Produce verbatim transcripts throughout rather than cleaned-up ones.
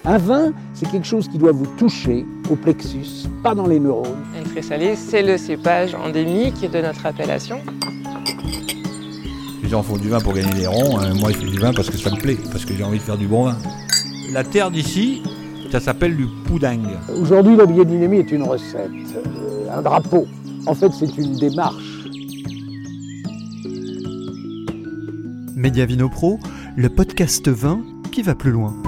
Un vin, c'est quelque chose qui doit vous toucher au plexus, pas dans les neurones. Un très salé, c'est le cépage endémique de notre appellation. Les gens font du vin pour gagner des ronds, euh, moi je fais du vin parce que ça me plaît, parce que j'ai envie de faire du bon vin. La terre d'ici, ça s'appelle du pouding. Aujourd'hui, la biodynamie est une recette, euh, un drapeau. En fait, c'est une démarche. Média Vino Pro, le podcast vin qui va plus loin.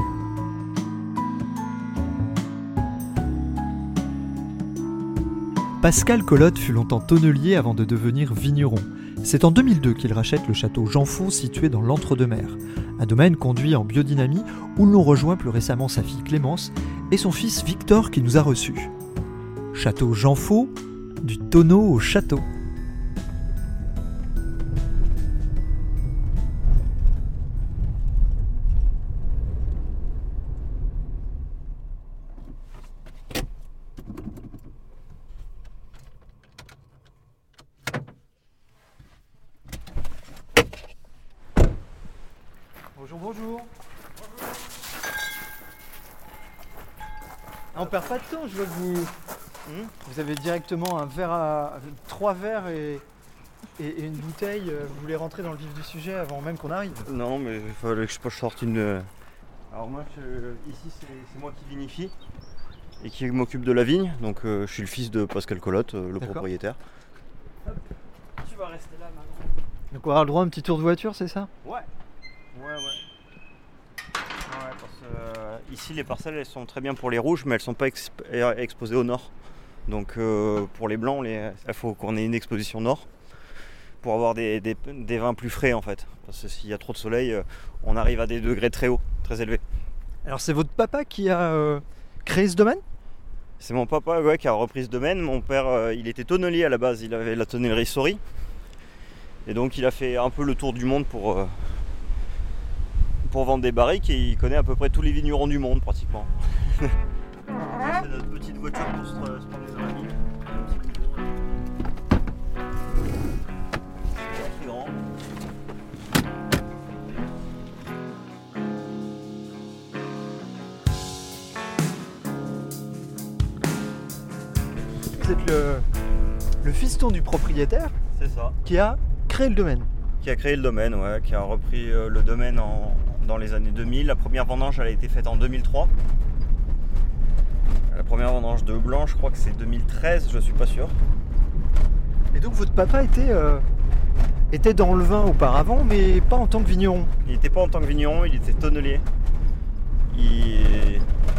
Pascal Collotte fut longtemps tonnelier avant de devenir vigneron. C'est en deux mille deux qu'il rachète le château Jeanfot situé dans l'Entre-deux-Mers, un domaine conduit en biodynamie où l'on rejoint plus récemment sa fille Clémence et son fils Victor qui nous a reçus. Château Jeanfot, du tonneau au château. Bonjour, bonjour. Ah, on perd pas de temps, je vois que vous, hmm, vous avez directement un verre à, trois verres et, et, et une bouteille. Vous voulez rentrer dans le vif du sujet avant même qu'on arrive? Non, mais il fallait que je sorte une... Alors moi, je, ici, c'est, c'est moi qui vinifie et qui m'occupe de la vigne. Donc euh, je suis le fils de Pascal Collotte, euh, le D'accord. Propriétaire. Hop. Tu vas rester là maintenant. Donc on va avoir le droit à un petit tour de voiture, c'est ça? Ouais. Ouais, ouais. Ouais, parce que euh, ici, les parcelles, elles sont très bien pour les rouges, mais elles sont pas exp- exposées au nord. Donc euh, pour les blancs, il faut qu'on ait une exposition nord pour avoir des, des, des vins plus frais en fait. Parce que s'il y a trop de soleil, euh, on arrive à des degrés très hauts, très élevés. Alors c'est votre papa qui a euh, créé ce domaine? C'est mon papa ouais, qui a repris ce domaine. Mon père, euh, il était tonnelier à la base, il avait la tonnellerie Sori. Et donc il a fait un peu le tour du monde pour... Euh, pour vendre des barriques et il connaît à peu près tous les vignerons du monde pratiquement. C'est notre petite voiture pour se, se promener dans la ville. Un petit couloir. C'est pas très grand. Vous êtes le, le fiston du propriétaire C'est ça. qui a créé le domaine. Qui a créé le domaine, ouais, qui a repris euh, le domaine en, dans les années deux mille. La première vendange, elle a été faite en deux mille trois. La première vendange de blanc, je crois que c'est deux mille treize, je suis pas sûr. Et donc votre papa était, euh, était dans le vin auparavant, mais pas en tant que vigneron. Il n'était pas en tant que vigneron, il était tonnelier. Il,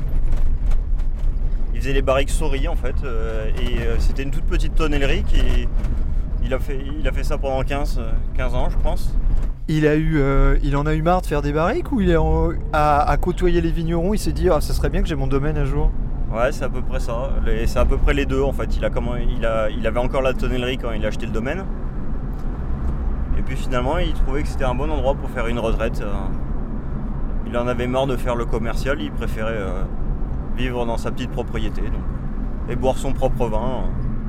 il faisait les barriques Sori en fait, euh, et euh, c'était une toute petite tonnellerie qui... Il a, fait, il a fait ça pendant quinze, quinze ans, je pense. Il, a eu, euh, il en a eu marre de faire des barriques ou il est en, à, à côtoyer les vignerons, il s'est dit ah, ça serait bien que j'ai mon domaine un jour? Ouais, c'est à peu près ça. Les, c'est à peu près les deux en fait. Il, a comment, il, a, il avait encore la tonnellerie quand il a acheté le domaine. Et puis finalement, il trouvait que c'était un bon endroit pour faire une retraite. Il en avait marre de faire le commercial, il préférait euh, vivre dans sa petite propriété donc, et boire son propre vin.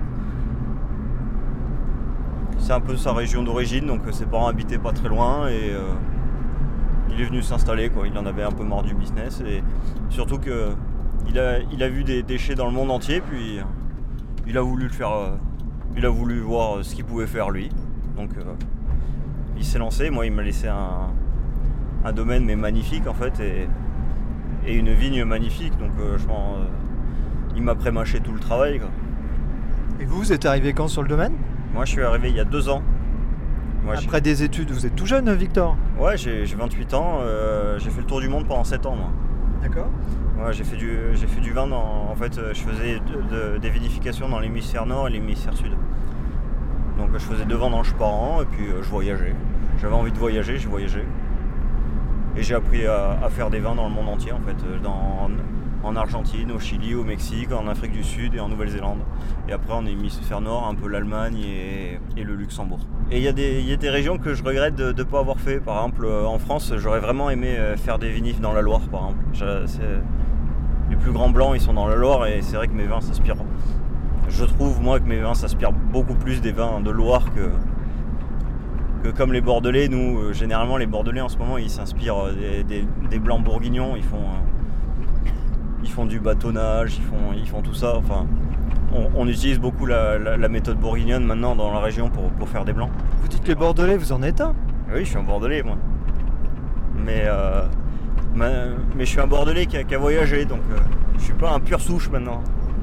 C'est un peu sa région d'origine, donc ses parents habitaient pas très loin et euh, il est venu s'installer, quoi. Il en avait un peu marre du business et surtout que il a, il a vu des déchets dans le monde entier, puis il a voulu le faire, euh, il a voulu voir ce qu'il pouvait faire lui. Donc euh, il s'est lancé. Moi, il m'a laissé un, un domaine mais magnifique en fait et, et une vigne magnifique. Donc euh, je pense, euh, il m'a pré-mâché tout le travail, quoi. Et vous, vous êtes arrivé quand sur le domaine? Moi, je suis arrivé il y a deux ans. Moi, Après j'ai... des études, vous êtes tout jeune, Victor? Ouais, j'ai, j'ai vingt-huit ans. Euh, j'ai fait le tour du monde pendant sept ans, moi. D'accord. Ouais, j'ai fait du, j'ai fait du vin. Dans, en fait, je faisais de, de, des vinifications dans l'hémisphère nord et l'hémisphère sud. Donc, je faisais deux vendanges par an et puis euh, je voyageais. J'avais envie de voyager, j'ai voyagé. Et j'ai appris à, à faire des vins dans le monde entier, en fait. Dans, en Argentine, au Chili, au Mexique, en Afrique du Sud et en Nouvelle-Zélande. Et après en hémisphère nord, un peu l'Allemagne et, et le Luxembourg. Et il y, y a des régions que je regrette de ne pas avoir fait. Par exemple, en France, j'aurais vraiment aimé faire des vinifs dans la Loire, par exemple. Je, c'est, les plus grands blancs, ils sont dans la Loire et c'est vrai que mes vins s'inspirent. Je trouve, moi, que mes vins s'inspirent beaucoup plus des vins de Loire que, que comme les Bordelais. Nous, euh, généralement, les Bordelais, en ce moment, ils s'inspirent des, des, des blancs bourguignons. Ils font... Euh, ils font du bâtonnage, ils font, ils font tout ça. Enfin, on, on utilise beaucoup la, la, la méthode bourguignonne maintenant dans la région pour, pour faire des blancs. Vous dites les Bordelais, vous en êtes un ? Oui, je suis un Bordelais, moi. Mais, euh, ma, mais je suis un Bordelais qui a, qui a voyagé, donc euh, je suis pas un pur souche maintenant.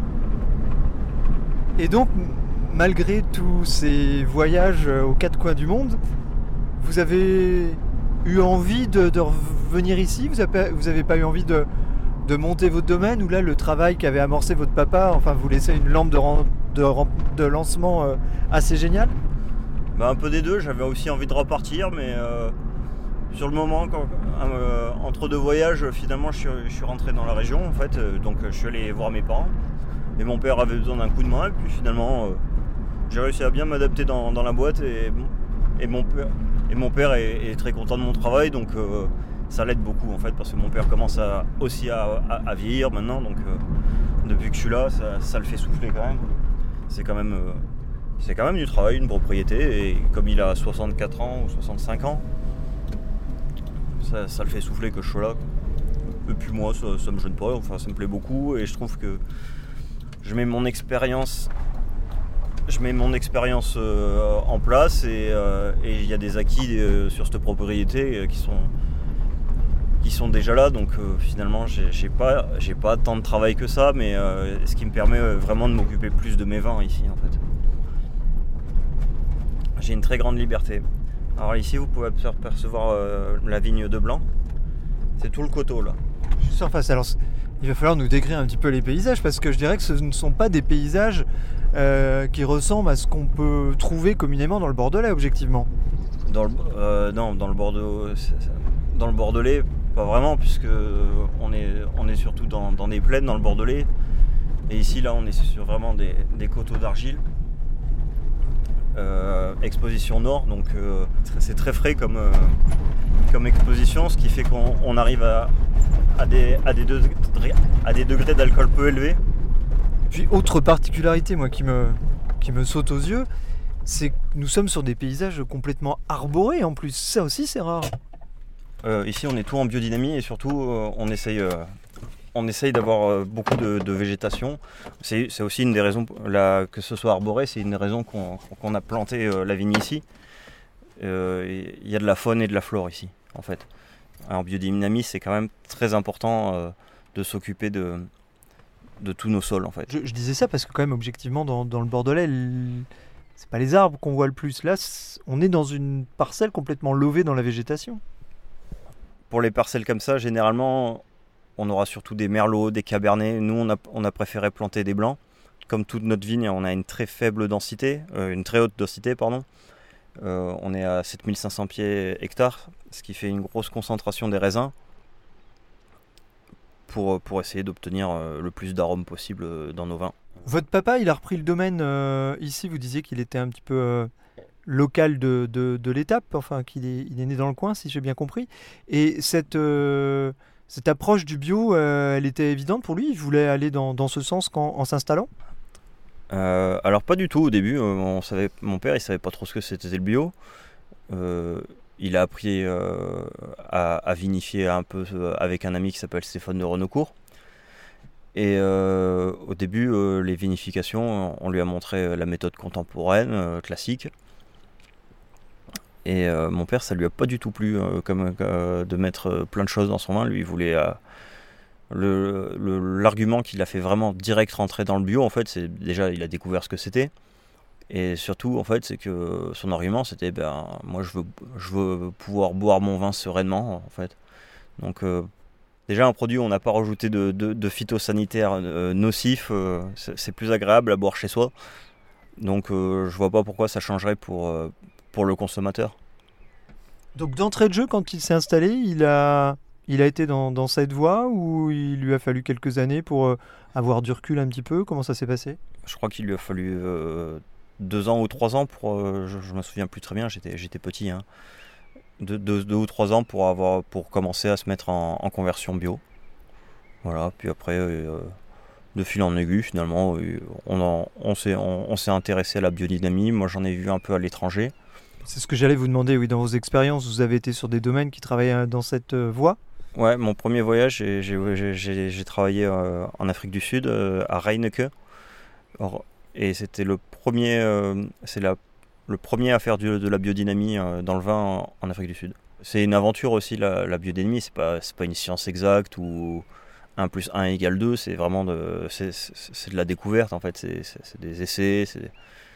Et donc, malgré tous ces voyages aux quatre coins du monde, vous avez eu envie de, de revenir ici ? Vous avez, vous avez pas eu envie de, de monter votre domaine, ou là, le travail qu'avait amorcé votre papa, enfin, vous laissez une lampe de, de, de lancement euh, assez géniale ? Bah, un peu des deux, j'avais aussi envie de repartir, mais euh, sur le moment, quand, euh, entre deux voyages, finalement, je suis, je suis rentré dans la région, en fait, euh, donc je suis allé voir mes parents. Et mon père avait besoin d'un coup de main, et puis finalement, euh, j'ai réussi à bien m'adapter dans, dans la boîte, et, et, mon, père, et mon père est, est très content de mon travail, donc euh, ça l'aide beaucoup en fait, parce que mon père commence à, aussi à, à, à vieillir maintenant, donc euh, depuis que je suis là, ça, ça le fait souffler quand même. C'est quand même, euh, c'est quand même du travail, une propriété, et comme il a soixante-quatre ans ou soixante-cinq ans, ça, ça le fait souffler que je sois là. Et puis moi, ça, ça me gêne pas, enfin ça me plaît beaucoup, et je trouve que je mets mon expérience, je mets mon expérience euh, en place, et euh, et il y a des acquis euh, sur cette propriété euh, qui sont qui sont déjà là, donc euh, finalement j'ai, j'ai pas j'ai pas tant de travail que ça, mais euh, ce qui me permet euh, vraiment de m'occuper plus de mes vins ici en fait. J'ai une très grande liberté. Alors ici vous pouvez percevoir euh, la vigne de blanc, c'est tout le coteau là. Juste en face, alors il va falloir nous décrire un petit peu les paysages, parce que je dirais que ce ne sont pas des paysages euh, qui ressemblent à ce qu'on peut trouver communément dans le Bordelais, objectivement. Dans le, euh, non, dans le Bordeaux, dans le Bordelais, pas vraiment, puisque on est, on est surtout dans, dans des plaines dans le Bordelais. Et ici, là, on est sur vraiment des, des coteaux d'argile. Euh, exposition nord, donc euh, c'est très frais comme, euh, comme exposition, ce qui fait qu'on on arrive à, à, des, à, des degrés, à des degrés d'alcool peu élevés. Puis autre particularité moi qui me, qui me saute aux yeux, c'est que nous sommes sur des paysages complètement arborés en plus, ça aussi c'est rare. Euh, ici on est tout en biodynamie, et surtout euh, on essaye... Euh, On essaye d'avoir beaucoup de, de végétation. C'est, c'est aussi une des raisons, la, que ce soit arboré, c'est une des raisons qu'on, qu'on a planté euh, la vigne ici. Il euh, y a de la faune et de la flore ici, en fait. En biodynamie, c'est quand même très important euh, de s'occuper de, de tous nos sols, en fait. Je, je disais ça parce que quand même, objectivement, dans, dans le Bordelais, le, c'est pas les arbres qu'on voit le plus. Là, on est dans une parcelle complètement levée dans la végétation. Pour les parcelles comme ça, généralement... On aura surtout des merlots, des cabernets. Nous, on a, on a préféré planter des blancs. Comme toute notre vigne, on a une très faible densité, euh, une très haute densité, pardon. Euh, on est à sept mille cinq cents pieds hectares, ce qui fait une grosse concentration des raisins pour, pour essayer d'obtenir euh, le plus d'arômes possible dans nos vins. Votre papa, il a repris le domaine euh, ici. Vous disiez qu'il était un petit peu euh, local de, de, de l'étape, enfin qu'il est, il est né dans le coin, si j'ai bien compris. Et cette... Euh, Cette approche du bio, euh, elle était évidente pour lui ? Il voulait aller dans, dans ce sens qu'en, en s'installant ? euh, Alors pas du tout au début. On savait, mon père, il savait pas trop ce que c'était le bio. Euh, il a appris euh, à, à vinifier un peu avec un ami qui s'appelle Stéphane de Renocourt. Et euh, au début, euh, les vinifications, on lui a montré la méthode contemporaine, euh, classique. Et euh, mon père, ça lui a pas du tout plu euh, comme, euh, de mettre plein de choses dans son vin. Lui, il voulait... Euh, le, le, l'argument qui l'a fait vraiment direct rentrer dans le bio, en fait, c'est déjà, il a découvert ce que c'était. Et surtout, en fait, c'est que son argument, c'était, ben, moi, je veux, je veux pouvoir boire mon vin sereinement, en fait. Donc, euh, déjà, un produit où on n'a pas rajouté de, de, de phytosanitaires euh, nocifs, euh, c'est, c'est plus agréable à boire chez soi. Donc, euh, je vois pas pourquoi ça changerait pour... Euh, pour le consommateur. Donc d'entrée de jeu, quand il s'est installé, il a, il a été dans, dans cette voie, ou il lui a fallu quelques années pour euh, avoir du recul un petit peu ? Comment ça s'est passé ? Je crois qu'il lui a fallu euh, deux ans ou trois ans pour, euh, je, je me souviens plus très bien, j'étais, j'étais petit, hein, deux, deux, deux ou trois ans pour, avoir, pour commencer à se mettre en, en conversion bio. Voilà, puis après, euh, de fil en aiguille, finalement, on, en, on, s'est, on, on s'est intéressé à la biodynamie. Moi, j'en ai vu un peu à l'étranger. C'est ce que j'allais vous demander, oui, dans vos expériences, vous avez été sur des domaines qui travaillaient dans cette voie ? Ouais, mon premier voyage, j'ai, j'ai, j'ai, j'ai travaillé euh, en Afrique du Sud, euh, à Reineke. Or, et c'était le premier, euh, c'est la, le premier à faire du, de la biodynamie euh, dans le vin en, en Afrique du Sud. C'est une aventure aussi, la, la biodynamie, c'est pas, c'est pas une science exacte où un plus un égale deux, c'est vraiment de, c'est, c'est, c'est de la découverte en fait, c'est, c'est, c'est des essais, c'est...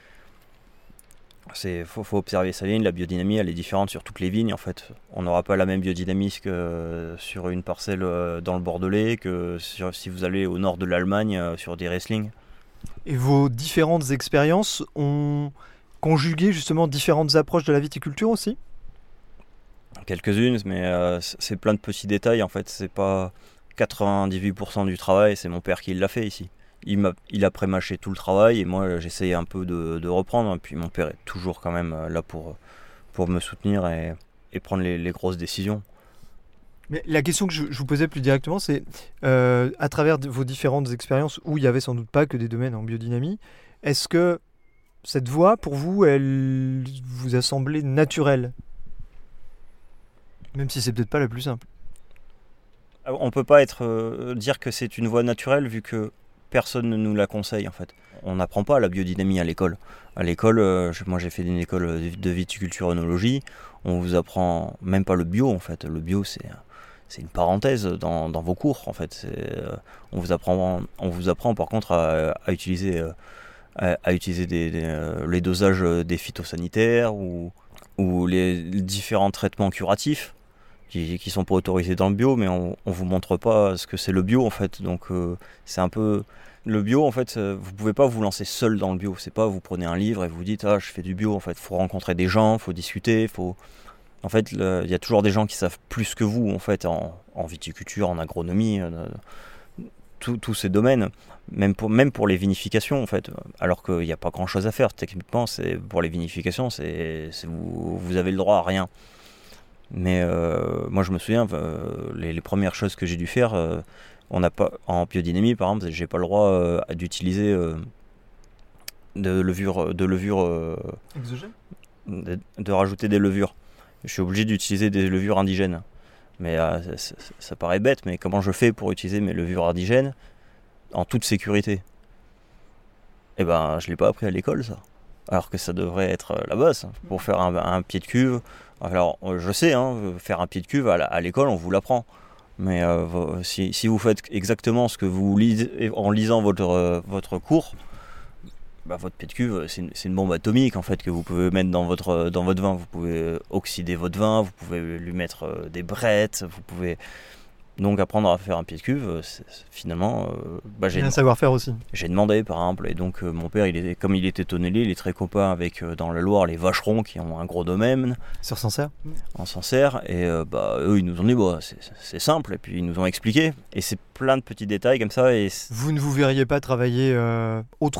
Il faut, faut observer sa vigne, la biodynamie elle est différente sur toutes les vignes en fait. On n'aura pas la même biodynamie que sur une parcelle dans le Bordelais que sur, si vous allez au nord de l'Allemagne sur des Riesling. Et vos différentes expériences ont conjugué justement différentes approches de la viticulture aussi ? Quelques-unes, mais euh, c'est plein de petits détails en fait. C'est pas quatre-vingt-dix-huit pour cent du travail, c'est mon père qui l'a fait ici. Il, m'a, il a pré-mâché tout le travail et moi j'essayais un peu de, de reprendre. Et puis mon père est toujours quand même là pour, pour me soutenir et, et prendre les, les grosses décisions. Mais la question que je, je vous posais plus directement, c'est euh, à travers vos différentes expériences où il n'y avait sans doute pas que des domaines en biodynamie, est-ce que cette voie pour vous, elle vous a semblé naturelle ? Même si c'est peut-être pas la plus simple. On peut pas être, euh, dire que c'est une voie naturelle vu que personne ne nous la conseille en fait. On n'apprend pas la biodynamie à l'école. À l'école, euh, moi j'ai fait une école de viticulture œnologie, on vous apprend même pas le bio en fait. Le bio c'est, c'est une parenthèse dans, dans vos cours en fait. C'est, euh, on, vous apprend, on vous apprend par contre à, à utiliser, euh, à, à utiliser des, des, euh, les dosages des phytosanitaires ou, ou les différents traitements curatifs qui, qui sont pas autorisés dans le bio, mais on, on vous montre pas ce que c'est le bio en fait. Donc euh, c'est un peu... Le bio, en fait, vous pouvez pas vous lancer seul dans le bio. C'est pas vous prenez un livre et vous dites ah je fais du bio. En fait, faut rencontrer des gens, faut discuter, faut. En fait, il y a toujours des gens qui savent plus que vous en fait en, en viticulture, en agronomie, euh, tous ces domaines. Même pour même pour les vinifications en fait. Alors qu'il n'y a pas grand chose à faire techniquement. C'est pour les vinifications, c'est, c'est vous vous avez le droit à rien. Mais euh, moi je me souviens euh, les, les premières choses que j'ai dû faire. Euh, On n'a pas, en biodynamie, par exemple, j'ai pas le droit euh, d'utiliser euh, de levure, de levure, euh, exogène, de, de rajouter des levures. Je suis obligé d'utiliser des levures indigènes. Mais euh, ça, ça paraît bête, mais comment je fais pour utiliser mes levures indigènes en toute sécurité ? Eh ben, je l'ai pas appris à l'école, ça. Alors que ça devrait être la base pour faire un, un pied de cuve. Alors, je sais, hein, faire un pied de cuve à, la, à l'école, on vous l'apprend. Mais euh, si, si vous faites exactement ce que vous lisez en lisant votre, euh, votre cours, bah, votre pied de cuve, c'est une, c'est une bombe atomique en fait que vous pouvez mettre dans votre, dans votre vin. Vous pouvez oxyder votre vin, vous pouvez lui mettre euh, des brettes, vous pouvez... Donc apprendre à faire un pied de cuve, c'est, c'est, finalement, euh, bah, j'ai, un savoir-faire aussi. J'ai demandé par exemple, et donc euh, mon père, il était, comme il était tonnelier, il est très copain avec euh, dans la Loire les vacherons qui ont un gros domaine. Sur Sancerre. En Sancerre, et euh, bah, eux ils nous ont dit bah, c'est, c'est simple, et puis ils nous ont expliqué. Et c'est plein de petits détails comme ça. Et vous ne vous verriez pas travailler euh, autrement ?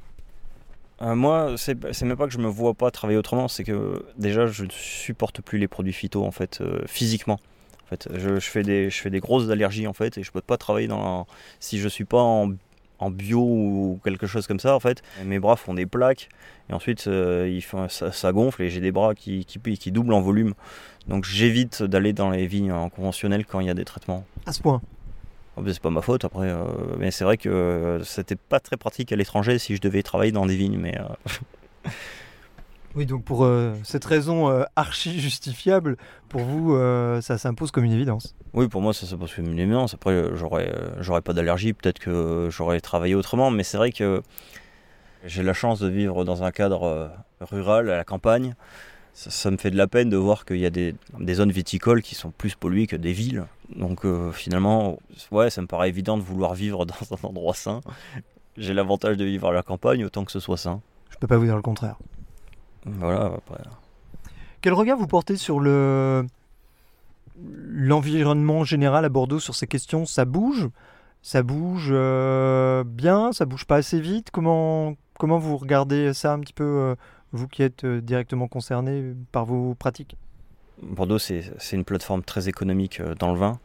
euh, Moi, c'est, c'est même pas que je me vois pas travailler autrement, c'est que déjà je ne supporte plus les produits phyto en fait, euh, physiquement. En fait, je, je, fais des, je fais des grosses allergies en fait et je peux pas travailler dans si je suis pas en, en bio ou quelque chose comme ça en fait. Mes bras font des plaques et ensuite euh, il fait, ça, ça gonfle et j'ai des bras qui, qui, qui doublent en volume. Donc j'évite d'aller dans les vignes en conventionnel quand il y a des traitements. À ce point. Oh, ben, c'est pas ma faute après, euh, mais c'est vrai que euh, c'était pas très pratique à l'étranger si je devais travailler dans des vignes. Mais euh... Oui, donc pour euh, cette raison euh, archi justifiable, pour vous, euh, ça s'impose comme une évidence. Oui, pour moi, ça s'impose comme une évidence. Après, j'aurais, euh, j'aurais pas d'allergie, peut-être que j'aurais travaillé autrement, mais c'est vrai que j'ai la chance de vivre dans un cadre euh, rural, à la campagne. Ça, ça me fait de la peine de voir qu'il y a des, des zones viticoles qui sont plus polluées que des villes. Donc euh, finalement, ouais, ça me paraît évident de vouloir vivre dans un endroit sain. J'ai l'avantage de vivre à la campagne autant que ce soit sain. Je peux pas vous dire le contraire. Voilà, après. Quel regard vous portez sur le l'environnement général à Bordeaux sur ces questions ? Ça bouge ? Ça bouge euh, bien ? Ça bouge pas assez vite ? Comment, comment vous regardez ça un petit peu, euh, vous qui êtes euh, directement concerné par vos pratiques ? Bordeaux, c'est, c'est une plateforme très économique euh, dans le vin.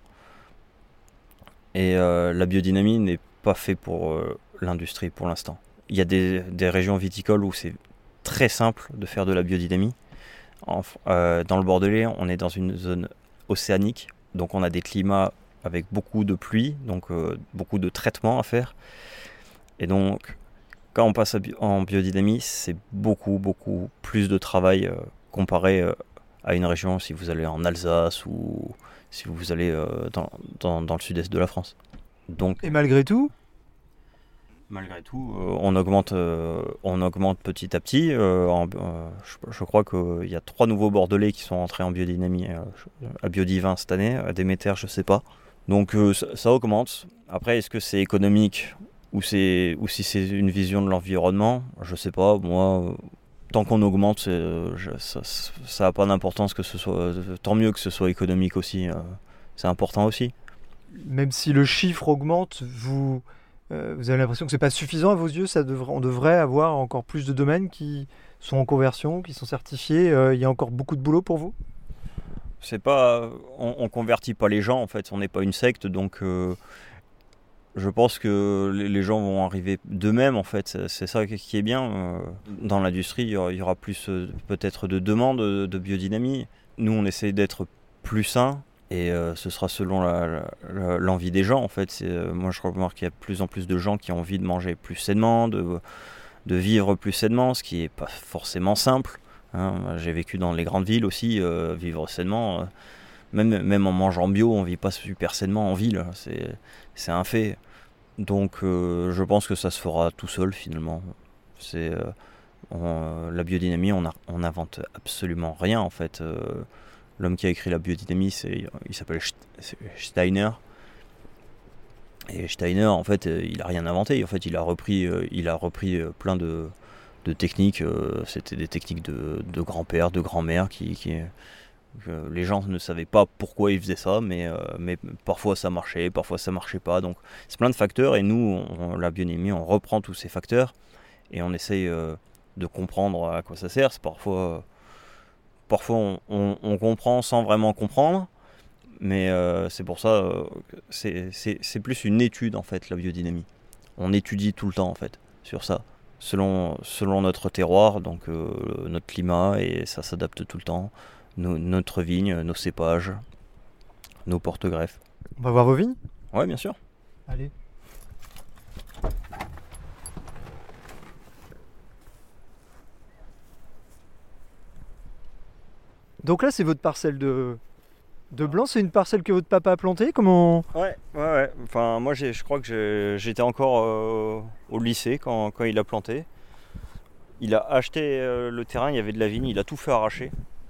Et euh, la biodynamie n'est pas faite pour euh, l'industrie pour l'instant. Il y a des, des régions viticoles où c'est très simple de faire de la biodynamie. En, euh, dans le Bordelais, on est dans une zone océanique Donc on a des climats avec beaucoup de pluie, donc euh, beaucoup de traitements à faire. Et donc quand on passe en biodynamie, c'est beaucoup, beaucoup plus de travail euh, comparé euh, à une région si vous allez en Alsace ou si vous allez euh, dans, dans, dans le sud-est de la France. Donc, Et malgré tout, malgré tout, euh, on, augmente, euh, on augmente petit à petit. Euh, en, euh, je, je crois qu'il y a trois nouveaux Bordelais qui sont entrés en biodynamie euh, à Biodivin cette année. À Déméter, je ne sais pas. Donc euh, ça, ça augmente. Après, est-ce que c'est économique ou, c'est, ou si c'est une vision de l'environnement, je ne sais pas. Moi, euh, tant qu'on augmente, c'est, euh, je, ça n'a pas d'importance que ce soit. Euh, tant mieux que ce soit économique aussi. Euh, c'est important aussi. même si le chiffre augmente, vous, euh, vous avez l'impression que ce n'est pas suffisant à vos yeux, ça devrait, on devrait avoir encore plus de domaines qui sont en conversion, qui sont certifiés. Euh, il y a encore beaucoup de boulot pour vous ? C'est pas, on, on convertit pas les gens en fait, on n'est pas une secte, donc euh, je pense que les, les gens vont arriver d'eux-mêmes en fait. C'est, c'est ça qui est bien. Euh, dans l'industrie, il y aura, il y aura plus euh, peut-être de demandes de, de biodynamie. Nous, on essaie d'être plus sains et euh, ce sera selon la, la, l'envie des gens en fait. C'est, euh, moi, je remarque qu'il y a de plus en plus de gens qui ont envie de manger plus sainement, de, de vivre plus sainement, ce qui n'est pas forcément simple. Hein, j'ai vécu dans les grandes villes aussi, euh, vivre sainement, euh, même, même en mangeant bio, on ne vit pas super sainement en ville, c'est, c'est un fait. Donc euh, je pense que ça se fera tout seul finalement. C'est, euh, on, la biodynamie, on n'invente absolument rien en fait. Euh, l'homme qui a écrit la biodynamie, c'est, il s'appelle Steiner. Et Steiner, en fait, il n'a rien inventé. En fait, il a repris, il a repris plein de... de techniques, euh, c'était des techniques de, de grand-père, de grand-mère, qui, qui, que les gens ne savaient pas pourquoi ils faisaient ça, mais, euh, mais parfois ça marchait, parfois ça marchait pas, donc c'est plein de facteurs, et nous, on, la biodynamie, on reprend tous ces facteurs, et on essaye euh, de comprendre à quoi ça sert. C'est parfois, euh, parfois on, on, on comprend sans vraiment comprendre, mais euh, c'est pour ça, euh, c'est, c'est, c'est plus une étude en fait, la biodynamie. On étudie tout le temps en fait, sur ça. Selon, selon notre terroir, donc euh, notre climat, et ça s'adapte tout le temps. Nos, notre vigne, nos cépages, nos porte-greffes. On va voir vos vignes ? Ouais, bien sûr. Allez. Donc là, c'est votre parcelle de, de blanc. C'est une parcelle que votre papa a plantée ? Comment ? Ouais, ouais, ouais. Enfin, moi, j'ai, je crois que j'ai, j'étais encore euh, au lycée quand, quand il a planté. Il a acheté euh, le terrain, il y avait de la vigne, il a tout fait arracher.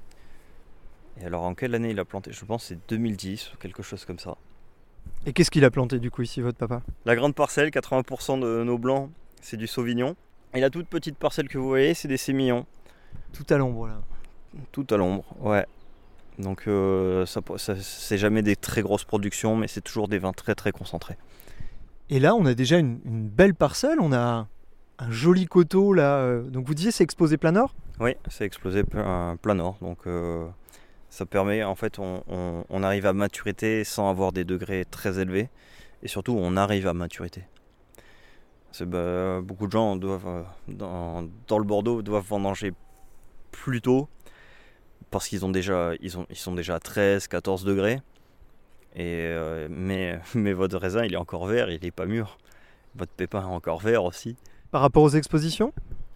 Et alors, en quelle année il a planté ? Je pense que c'est deux mille dix ou quelque chose comme ça. Et qu'est-ce qu'il a planté du coup ici, votre papa ? La grande parcelle, quatre-vingts pour cent de nos blancs, c'est du sauvignon. Et la toute petite parcelle que vous voyez, c'est des sémillons. Tout à l'ombre là. Tout à l'ombre, ouais. Donc euh, ça, ça, c'est jamais des très grosses productions, mais c'est toujours des vins très très concentrés. Et là, on a déjà une, une belle parcelle, on a un joli coteau là. Donc vous disiez c'est exposé plein nord ? Oui, c'est exposé plein, plein nord. Donc euh, ça permet, en fait, on, on, on arrive à maturité sans avoir des degrés très élevés. Et surtout, on arrive à maturité. C'est, bah, beaucoup de gens doivent, dans, dans le Bordeaux doivent vendanger plus tôt. Parce qu'ils ont déjà, ils ont, ils sont déjà à treize, quatorze degrés. Et, euh, mais, mais votre raisin, il est encore vert, il n'est pas mûr. Votre pépin est encore vert aussi. Par rapport aux expositions ?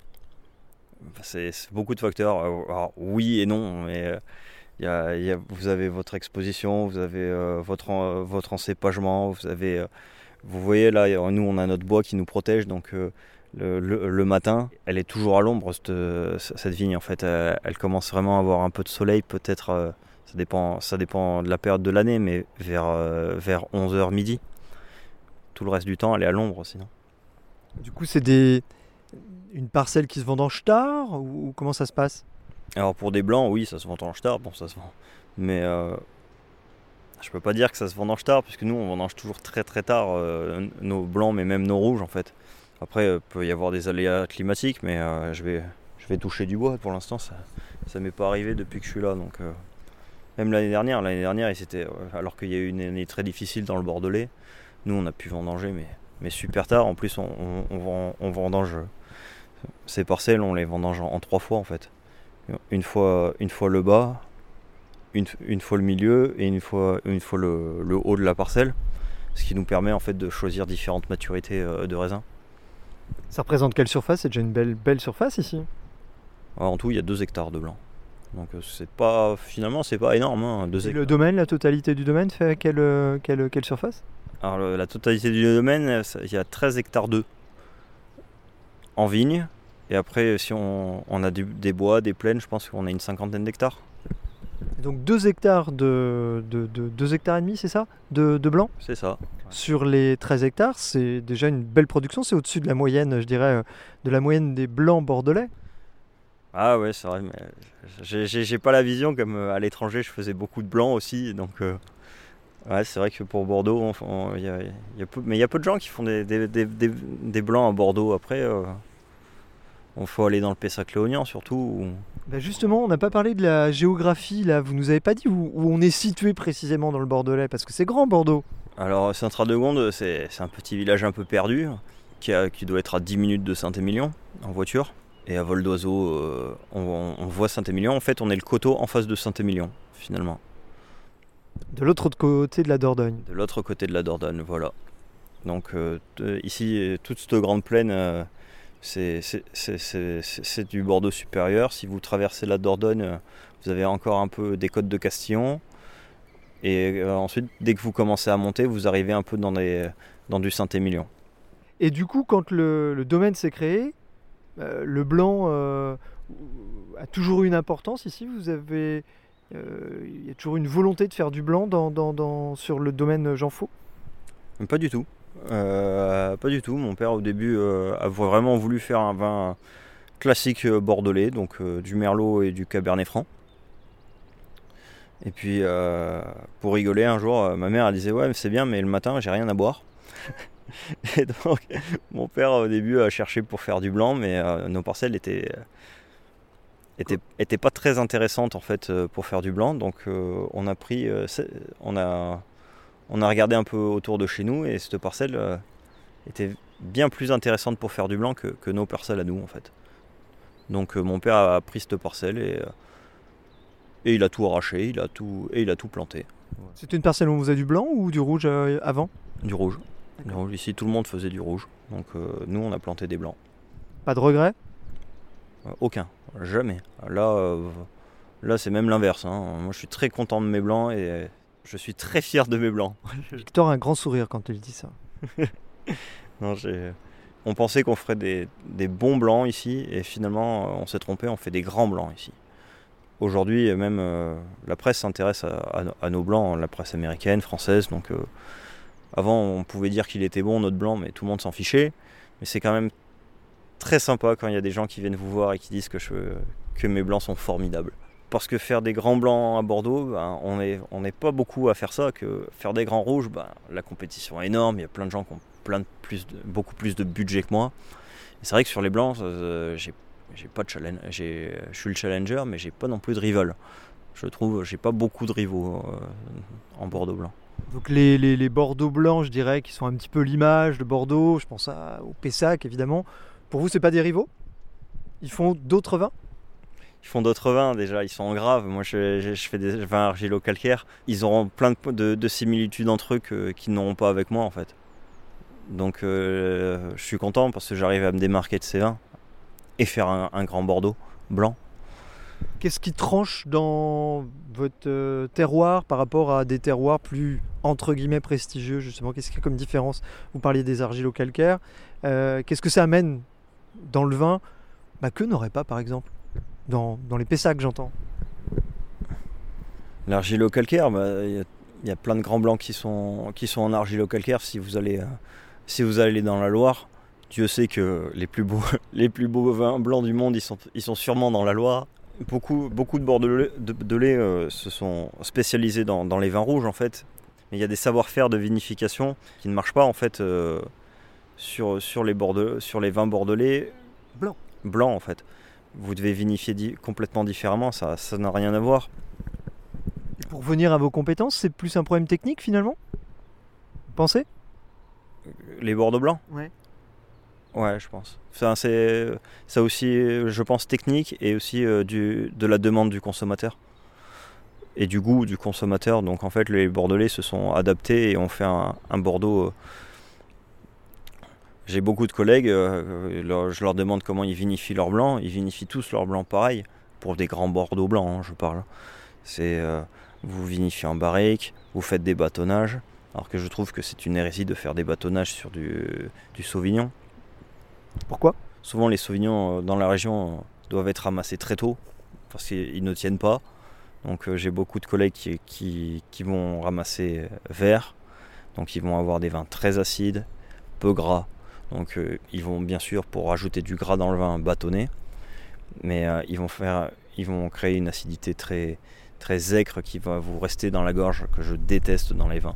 c'est, c'est beaucoup de facteurs. Alors, oui et non. Mais euh, y a, y a, vous avez votre exposition, vous avez euh, votre, en, votre encépagement. Vous, avez, euh, vous voyez là, nous, on a notre bois qui nous protège. Donc, euh, Le, le, le matin, elle est toujours à l'ombre, cette, cette vigne en fait. Elle, elle commence vraiment à avoir un peu de soleil, peut-être, euh, ça dépend, ça dépend de la période de l'année, mais vers, euh, vers onze heures midi. Tout le reste du temps, elle est à l'ombre sinon. Du coup, c'est des... une parcelle qui se vendange tard ou comment ça se passe ? Alors pour des blancs, oui, ça se vendange tard, bon ça se vend. Mais euh, je peux pas dire que ça se vendange tard, puisque nous on vendange toujours très très tard euh, nos blancs, mais même nos rouges en fait. Après, il peut y avoir des aléas climatiques, mais euh, je, vais, je vais toucher du bois. Pour l'instant, ça ne m'est pas arrivé depuis que je suis là. Donc, euh, même l'année dernière, l'année dernière, c'était, euh, alors qu'il y a eu une année très difficile dans le Bordelais, nous, on a pu vendanger, mais, mais super tard. En plus, on, on, on, vend, on vendange ces parcelles, on les vendange en, en trois fois, en fait. Une fois, une fois le bas, une, une fois le milieu et une fois, une fois le, le haut de la parcelle, ce qui nous permet en fait de choisir différentes maturités euh, de raisin. Ça représente quelle surface? C'est déjà une belle, belle surface ici. Alors, en tout, il y a deux hectares de blanc. Donc c'est pas, finalement, c'est pas énorme. Hein, deux Et hectares. le domaine, la totalité du domaine fait quelle, euh, quelle, quelle surface? Alors le, la totalité du domaine, ça- il y a treize hectares d'œufs en vigne. Et après, si on, on a du- des bois, des plaines, je pense qu'on a une cinquantaine d'hectares. Et donc deux hectares de, de, de deux hectares et demi, c'est ça, de, de blanc C'est ça. sur les treize hectares. C'est déjà une belle production. C'est au-dessus de la moyenne, je dirais, euh, de la moyenne des blancs bordelais. Ah ouais, c'est vrai, mais j'ai, j'ai, j'ai pas la vision comme euh, à l'étranger, je faisais beaucoup de blanc aussi, donc euh, ouais, c'est vrai que pour Bordeaux, on- on- il y a, il y a peu, mais il y a peu de gens qui font des, des, des, des- des blancs à Bordeaux. Après, euh, on faut aller dans le Pessac-Léognan surtout. Où... Ben justement, on n'a pas parlé de la géographie là. Vous nous avez pas dit où, où on est situé précisément dans le Bordelais, parce que c'est grand Bordeaux. Alors Saint-Radegonde, c'est, c'est un petit village un peu perdu, qui, a- qui doit être à dix minutes de Saint-Émilion en voiture. Et à vol d'oiseau, euh, on, on voit Saint-Émilion. En fait, on est le coteau en face de Saint-Émilion, finalement. De l'autre côté de la Dordogne. De l'autre côté de la Dordogne, voilà. Donc euh, t- ici, euh, toute cette grande plaine, euh, c'est, c'est, c'est, c'est, c'est- c'est du Bordeaux supérieur. Si vous traversez la Dordogne, euh, vous avez encore un peu des côtes de Castillon. Et euh, ensuite, dès que vous commencez à monter, vous arrivez un peu dans, des, dans du Saint-Émilion. Et du coup, quand le, le domaine s'est créé, euh, le blanc euh, a toujours eu une importance ici. Vous avez, euh, il y a toujours une volonté de faire du blanc dans, dans- dans- sur le domaine Jean Faux. Mais pas du tout. Euh, pas du tout. Mon père, au début, euh, a vraiment voulu faire un vin classique euh, bordelais, donc euh, du merlot et du cabernet franc. Et puis, euh, pour rigoler, un jour, euh, ma mère elle disait ouais, mais c'est bien, mais le matin, j'ai rien à boire. Et donc, mon père, au début, a cherché pour faire du blanc, mais euh, nos parcelles étaient, étaient, étaient pas très intéressantes en fait euh, pour faire du blanc. Donc, euh, on a pris, euh, c'est- on a, on a regardé un peu autour de chez nous, et cette parcelle euh, était bien plus intéressante pour faire du blanc que, que nos parcelles à nous en fait. Donc, euh, mon père a pris cette parcelle et, euh, et il a tout arraché, il a tout, et il a tout planté. C'était une parcelle où on faisait du blanc ou du rouge euh, avant? Du rouge. Du rouge. Ici, tout le monde faisait du rouge. Donc, euh, nous, on a planté des blancs. Pas de regret? Euh, aucun, jamais. Là, euh, là c'est même l'inverse. Hein. Moi, je suis très content de mes blancs et je suis très fier de mes blancs. Victor a un grand sourire quand il dit ça. Non, j'ai- on pensait qu'on ferait des, des bons blancs ici et finalement, euh, on s'est trompé, on fait des grands blancs ici. Aujourd'hui, même euh, la presse s'intéresse à, à- à nos blancs, la presse américaine, française. Donc, euh, avant, on pouvait dire qu'il était bon, notre blanc, mais tout le monde s'en fichait. Mais c'est quand même très sympa quand il y a des gens qui viennent vous voir et qui disent que, je, que mes blancs sont formidables. Parce que faire des grands blancs à Bordeaux, ben, on n'est on n'est pas beaucoup à faire ça. Que faire des grands rouges, ben, la compétition est énorme. Il y a plein de gens qui ont plein de plus de, beaucoup plus de budget que moi. Et c'est vrai que sur les blancs, euh, j'ai, j'ai pas de challenge. J'ai, je suis le challenger, mais j'ai pas non plus de rival. Je trouve, j'ai pas beaucoup de rivaux euh, en Bordeaux blanc. Donc les, les- les Bordeaux blancs, je dirais, qui sont un petit peu l'image de Bordeaux. Je pense à, au Pessac, évidemment. Pour vous, c'est pas des rivaux? Ils font d'autres vins? Ils font d'autres vins déjà, ils sont en grave. Moi je, je- je fais des vins argilo-calcaires. Ils auront plein de, de- de similitudes entre eux que- qu'ils n'auront pas avec moi en fait. Donc euh, je suis content parce que j'arrive à me démarquer de ces vins et faire un, un grand Bordeaux blanc. Qu'est-ce qui tranche dans votre euh, terroir par rapport à des terroirs plus, entre guillemets, prestigieux, justement? Qu'est-ce qu'il y a comme différence? Vous parliez des argilo-calcaires. Euh, qu'est-ce que ça amène dans le vin, bah, que n'aurait pas, par exemple, dans, dans les Pessac, j'entends? L'argilo-calcaire, bah, il y, a- il y a plein de grands blancs qui sont, qui sont en argilo-calcaire. Si vous allez, euh, si vous allez dans la Loire, Dieu sait que les plus beaux, les plus beaux vins blancs du monde, ils sont, ils sont sûrement dans la Loire. Beaucoup, beaucoup de Bordelais, de, de lait, euh, se sont spécialisés dans, dans les vins rouges en fait. Mais il y a des savoir-faire de vinification qui ne marchent pas en fait euh, sur, sur, les Bordelais, sur les vins bordelais Blanc. blancs en fait. Vous devez vinifier di- complètement différemment, ça, ça n'a rien à voir. Et pour venir à vos compétences, c'est plus un problème technique, finalement? Vous pensez? Les Bordeaux blancs. Ouais. Ouais, je pense. Ça, c'est ça aussi, je pense, technique et aussi euh, du, de la demande du consommateur. et du goût du consommateur. Donc en fait les Bordelais se sont adaptés et ont fait un, un Bordeaux. Euh, j'ai beaucoup de collègues, euh, leur, je leur demande comment ils vinifient leur blanc, ils vinifient tous leur blanc pareil, pour des grands Bordeaux blancs hein, je parle. C'est, euh, vous vinifiez en barrique, vous faites des bâtonnages, alors que je trouve que c'est une hérésie de faire des bâtonnages sur du, du Sauvignon. Pourquoi ? Souvent les Sauvignons dans la région doivent être ramassés très tôt, parce qu'ils ne tiennent pas. Donc euh, j'ai beaucoup de collègues qui, qui, qui vont ramasser vert, donc ils vont avoir des vins très acides, peu gras. Donc euh, ils vont bien sûr, pour rajouter du gras dans le vin, bâtonner, mais euh, ils vont faire, ils vont créer une acidité très, très aigre qui va vous rester dans la gorge, que je déteste dans les vins.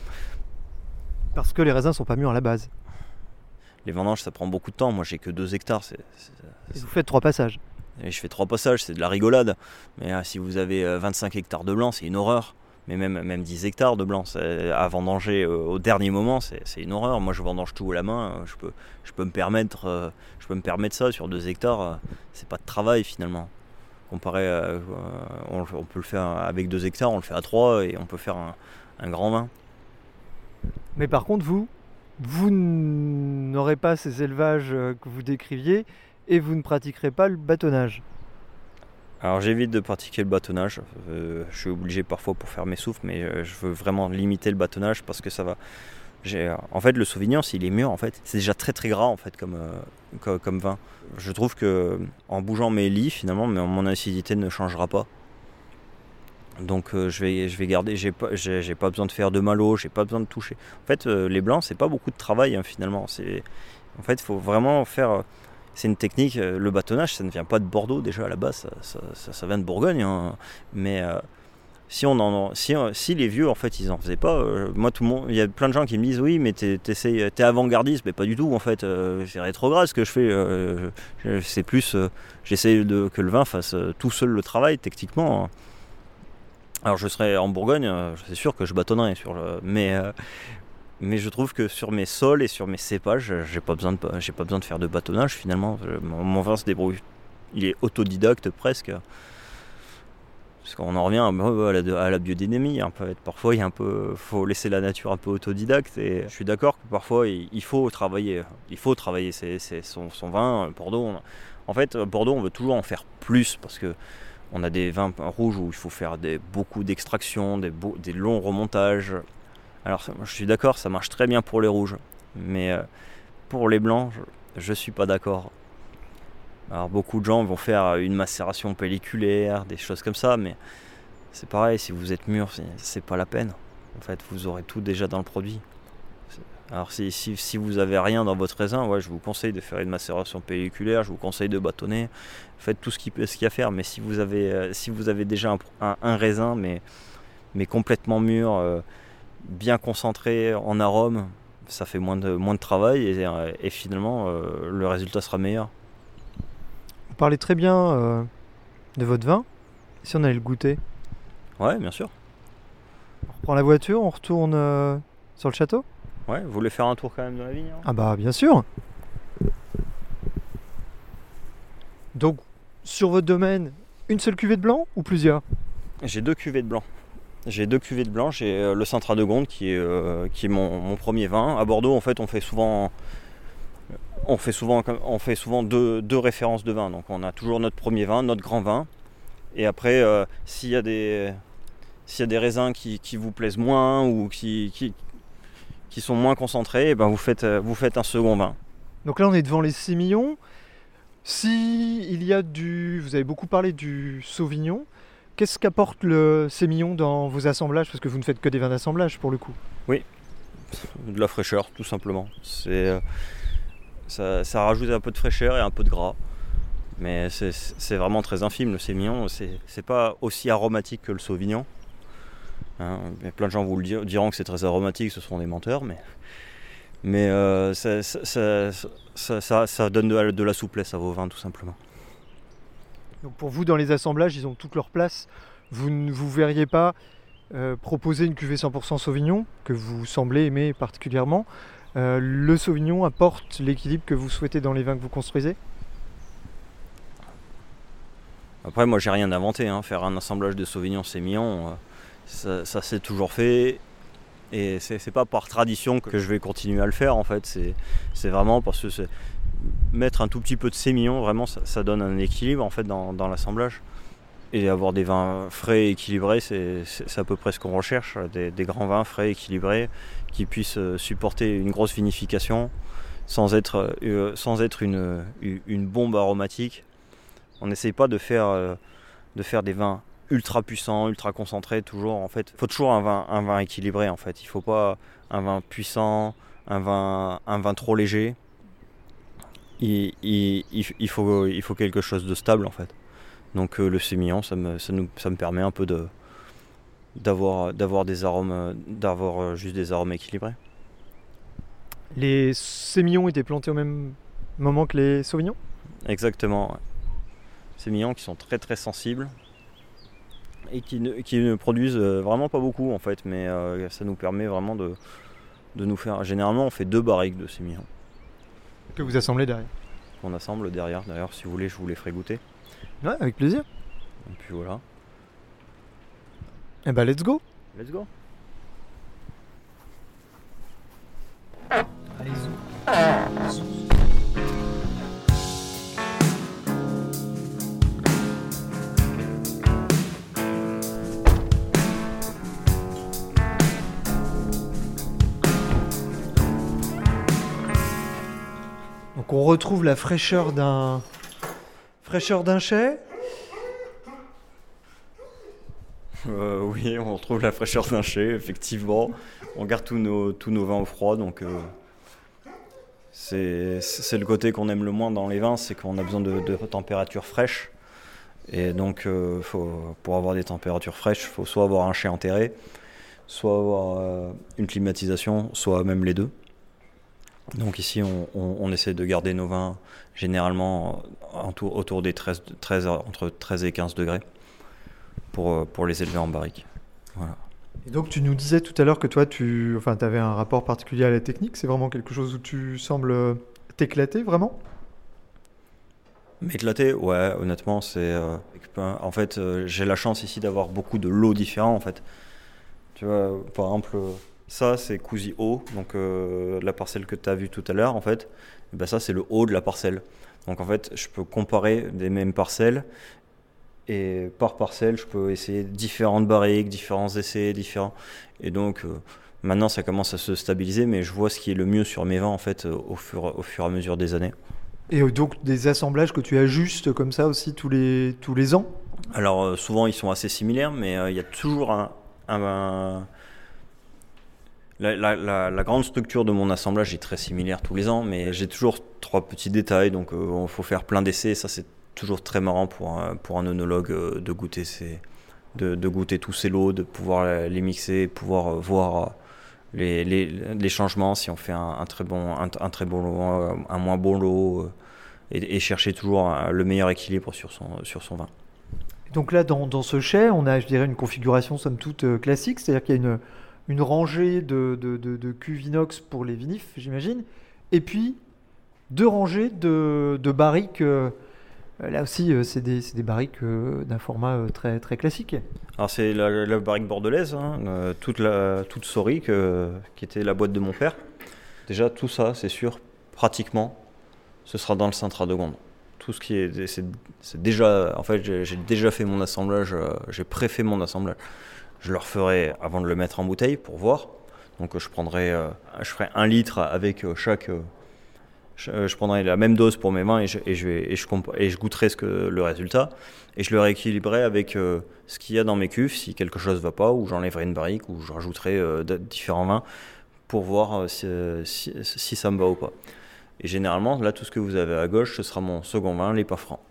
Parce que les raisins sont pas mûrs à la base. Les vendanges, ça prend beaucoup de temps. Moi, j'ai que deux hectares. C'est, c'est, Et vous faites trois passages. Et je fais trois passages, c'est de la rigolade. Mais euh, si vous avez euh, vingt-cinq hectares de blanc, c'est une horreur. Mais même, même dix hectares de blanc, c'est, à vendanger euh, au dernier moment, c'est, c'est une horreur. Moi, je vendange tout à la main. Euh, je, peux, je, peux me permettre, euh, je peux me permettre ça sur deux hectares. Euh, c'est pas de travail finalement. Comparé, à, euh, on, on peut le faire avec deux hectares, on le fait à trois et on peut faire un, un grand vin. Mais par contre, vous, vous n'aurez pas ces élevages que vous décriviez et vous ne pratiquerez pas le bâtonnage. Alors j'évite de pratiquer le bâtonnage, euh, je suis obligé parfois pour faire mes souffles, mais euh, je veux vraiment limiter le bâtonnage parce que ça va... J'ai, euh, en fait le Sauvignon, s'il est mûr, en fait, c'est déjà très très gras en fait comme, euh, comme, comme vin. Je trouve que en bougeant mes lits finalement, mon acidité ne changera pas. Donc euh, je, vais, je vais garder, j'ai pas, j'ai, j'ai pas besoin de faire de malo, j'ai pas besoin de toucher. En fait euh, les blancs c'est pas beaucoup de travail hein, finalement. C'est, en fait il faut vraiment faire, euh, c'est une technique, euh, le bâtonnage ça ne vient pas de Bordeaux déjà à la base, ça, ça, ça, ça vient de Bourgogne. Hein. Mais euh, si, on en, si, si les vieux en fait ils en faisaient pas, euh, moi tout le monde, il y a plein de gens qui me disent oui mais t'es, t'es, t'es avant-gardiste, mais pas du tout en fait, euh, c'est rétrograde ce que je fais, euh, je, c'est plus, euh, j'essaie de, que le vin fasse euh, tout seul le travail techniquement. Hein. Alors je serais en Bourgogne, c'est sûr que je bâtonnerais sur le, mais euh, mais je trouve que sur mes sols et sur mes cépages, j'ai pas besoin de j'ai pas besoin de faire de bâtonnage finalement. Mon, mon vin se débrouille, il est autodidacte presque. Parce qu'on en revient à la, à la biodynamie. Un peu, parfois il y a un peu, faut laisser la nature un peu autodidacte. Et je suis d'accord que parfois il, il faut travailler, il faut travailler c'est, c'est son, son vin. Bordeaux, on, en fait Bordeaux on veut toujours en faire plus parce que on a des vins rouges où il faut faire des, beaucoup d'extraction, des, beaux, des longs remontages. Alors je suis d'accord, ça marche très bien pour les rouges, mais euh, pour les blancs, je ne suis pas d'accord. Alors beaucoup de gens vont faire une macération pelliculaire, des choses comme ça, mais c'est pareil, si vous êtes mûr, c'est, c'est pas la peine. En fait, vous aurez tout déjà dans le produit. Alors si, si, si vous avez rien dans votre raisin, ouais, je vous conseille de faire une macération pelliculaire, je vous conseille de bâtonner, faites tout ce qu'il, ce qu'il y a à faire. Mais si vous avez, euh, si vous avez déjà un, un, un raisin, mais, mais complètement mûr, euh, bien concentré en arôme, ça fait moins de, moins de travail et, et finalement euh, le résultat sera meilleur. Vous parlez très bien euh, de votre vin, si on allait le goûter. Ouais, bien sûr. On reprend la voiture, on retourne euh, sur le château. Ouais, vous voulez faire un tour quand même dans la vigne hein ? Ah bah bien sûr. Donc sur votre domaine, une seule cuvée de blanc ou plusieurs ? J'ai deux cuvées de blanc. J'ai deux cuvées de blanc. J'ai euh, le Saint-Radegonde qui est, euh, qui est mon, mon premier vin. À Bordeaux, en fait, on fait souvent, on fait souvent, on fait souvent deux, deux références de vin. Donc on a toujours notre premier vin, notre grand vin. Et après, euh, s'il y a des, s'il y a des raisins qui, qui vous plaisent moins ou qui, qui qui sont moins concentrés, et ben vous faites, vous faites un second vin. Donc là on est devant les sémillons. Si il y a du... Vous avez beaucoup parlé du Sauvignon. Qu'est-ce qu'apporte le sémillon dans vos assemblages ? Parce que vous ne faites que des vins d'assemblage pour le coup. Oui, de la fraîcheur tout simplement. C'est, ça, ça rajoute un peu de fraîcheur et un peu de gras. Mais c'est, c'est vraiment très infime le sémillon. C'est, c'est pas aussi aromatique que le Sauvignon. Hein, plein de gens vous le diront que c'est très aromatique, ce sont des menteurs, mais, mais euh, ça, ça, ça, ça, ça, ça donne de la, de la souplesse à vos vins tout simplement. Donc pour vous, dans les assemblages, ils ont toute leur place. Vous ne vous verriez pas euh, proposer une cuvée cent pour cent Sauvignon, que vous semblez aimer particulièrement. Euh, le Sauvignon apporte l'équilibre que vous souhaitez dans les vins que vous construisez ? Après, moi, j'ai rien inventé. Hein. Faire un assemblage de Sauvignon Sémillon, euh, ça, ça s'est toujours fait. Et c'est, c'est pas par tradition que je vais continuer à le faire, en fait. C'est, c'est vraiment parce que c'est... mettre un tout petit peu de sémillon, vraiment, ça, ça donne un équilibre, en fait, dans, dans l'assemblage. Et avoir des vins frais et équilibrés, c'est, c'est, c'est à peu près ce qu'on recherche. Des, des grands vins frais et équilibrés qui puissent supporter une grosse vinification sans être, euh, sans être une, une bombe aromatique. On n'essaye pas de faire, euh, de faire des vins ultra puissants, ultra concentrés, toujours. En fait, il faut toujours un vin, un vin équilibré, en fait. Il ne faut pas un vin puissant, un vin, un vin trop léger. Il, il, il, faut, il faut quelque chose de stable, en fait. Donc euh, le sémillon, ça me, ça, nous, ça me permet un peu de, d'avoir, d'avoir des arômes, d'avoir juste des arômes équilibrés. Les sémillons étaient plantés au même moment que les sauvignons ? Exactement. Ouais. Sémillons qui sont très très sensibles et qui ne, qui ne produisent vraiment pas beaucoup, en fait, mais euh, ça nous permet vraiment de, de nous faire... Généralement, on fait deux barriques de sémillons. Que vous assemblez derrière ? On assemble derrière. D'ailleurs, si vous voulez, je vous les ferai goûter. Ouais, avec plaisir. Et puis voilà. Eh ben, let's go. Let's go. Allez, zou. Donc on retrouve la fraîcheur d'un fraîcheur d'un chai. Euh, oui, on retrouve la fraîcheur d'un chai, effectivement. On garde tous nos, tous nos vins au froid, donc euh, c'est, c'est le côté qu'on aime le moins dans les vins, c'est qu'on a besoin de, de températures fraîches. Et donc, euh, faut, pour avoir des températures fraîches, il faut soit avoir un chai enterré, soit avoir euh, une climatisation, soit même les deux. Donc ici, on, on, on essaie de garder nos vins généralement autour, autour des treize, treize, entre treize et quinze degrés pour, pour les élever en barrique. Voilà. Et donc tu nous disais tout à l'heure que toi, tu enfin, avais un rapport particulier à la technique. C'est vraiment quelque chose où tu sembles t'éclater, vraiment ? M'éclater, ouais, honnêtement, c'est... Euh, en fait, euh, j'ai la chance ici d'avoir beaucoup de lots différents, en fait. Tu vois, par exemple... Ça, c'est Cousy haut, donc euh, la parcelle que tu as vue tout à l'heure, en fait, et ben ça, c'est le haut de la parcelle. Donc, en fait, je peux comparer des mêmes parcelles, et par parcelle, je peux essayer différentes barriques, différents essais, différents... Et donc, euh, maintenant, ça commence à se stabiliser, mais je vois ce qui est le mieux sur mes vins, en fait, au fur, au fur et à mesure des années. Et donc, des assemblages que tu ajustes comme ça aussi tous les, tous les ans ? Alors, euh, souvent, ils sont assez similaires, mais il euh, y a toujours un... un, un La, la, la, la grande structure de mon assemblage est très similaire tous les ans, mais j'ai toujours trois petits détails, donc il euh, faut faire plein d'essais. Ça, c'est toujours très marrant pour un, pour un œnologue euh, de, goûter ces, de, de goûter tous ces lots, de pouvoir les mixer, pouvoir euh, voir euh, les, les, les changements, si on fait un, un, très, bon, un, un très bon lot, un moins bon lot, euh, et, et chercher toujours un, le meilleur équilibre sur son, sur son vin. Donc là, dans, dans ce chai, on a, je dirais, une configuration somme toute euh, classique, c'est-à-dire qu'il y a une... une rangée de, de, de, de cuves inox pour les vinifs, j'imagine, et puis deux rangées de, de barriques. Euh, là aussi, euh, c'est, des, c'est des barriques euh, d'un format euh, très, très classique. Alors c'est la, la barrique bordelaise, hein, euh, toute, la, toute Sauric, euh, qui était la boîte de mon père. Déjà, tout ça, c'est sûr, pratiquement, ce sera dans le Sainte-Radegonde. Tout ce qui est, c'est, c'est déjà, en fait, j'ai, j'ai déjà fait mon assemblage, euh, j'ai préfait mon assemblage. Je le referai avant de le mettre en bouteille pour voir. Donc je prendrai, euh, je ferai un litre avec euh, chaque. Euh, je, je prendrai la même dose pour mes vins et je, et je, et je, comp- et je goûterai ce que, le résultat. Et je le rééquilibrerai avec euh, ce qu'il y a dans mes cuves. Si quelque chose ne va pas, ou j'enlèverai une barrique, ou je rajouterai euh, d- différents vins pour voir euh, si, si, si ça me va ou pas. Et généralement, là, tout ce que vous avez à gauche, ce sera mon second vin, les pas francs.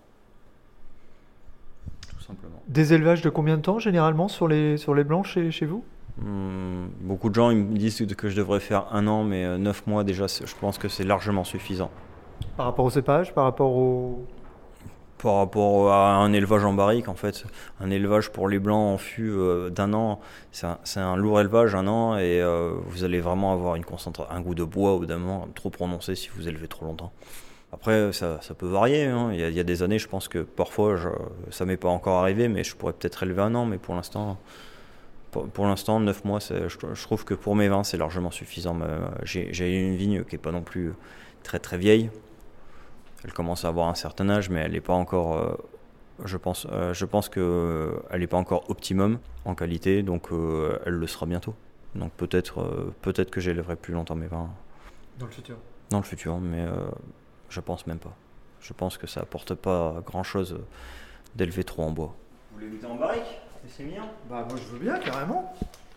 Simplement. Des élevages de combien de temps généralement sur les, sur les blancs chez, chez vous ? Hum, beaucoup de gens ils me disent que je devrais faire un an, mais euh, neuf mois déjà, je pense que c'est largement suffisant. Par rapport au cépage, par rapport au... Par rapport à un élevage en barrique, en fait, un élevage pour les blancs en fût euh, d'un an, c'est un, c'est un lourd élevage, un an, et euh, vous allez vraiment avoir une concentra- un goût de bois, évidemment, trop prononcé si vous élevez trop longtemps. Après, ça, ça peut varier. Hein. Il y a, il y a des années, je pense que parfois, je, ça m'est pas encore arrivé, mais je pourrais peut-être élever un an. Mais pour l'instant, pour, pour l'instant, neuf mois, c'est, je, je trouve que pour mes vins, c'est largement suffisant. Mais, euh, j'ai, j'ai une vigne qui est pas non plus très très vieille. Elle commence à avoir un certain âge, mais elle n'est pas encore. Euh, je pense, euh, je pense que euh, elle n'est pas encore optimum en qualité, donc euh, elle le sera bientôt. Donc peut-être, euh, peut-être que j'élèverai plus longtemps mes vins. Dans le futur. Dans le futur, mais euh, je pense même pas. Je pense que ça apporte pas grand-chose d'élever trop en bois. Vous voulez goûter en barrique? C'est mignon. Bah moi je veux bien, carrément.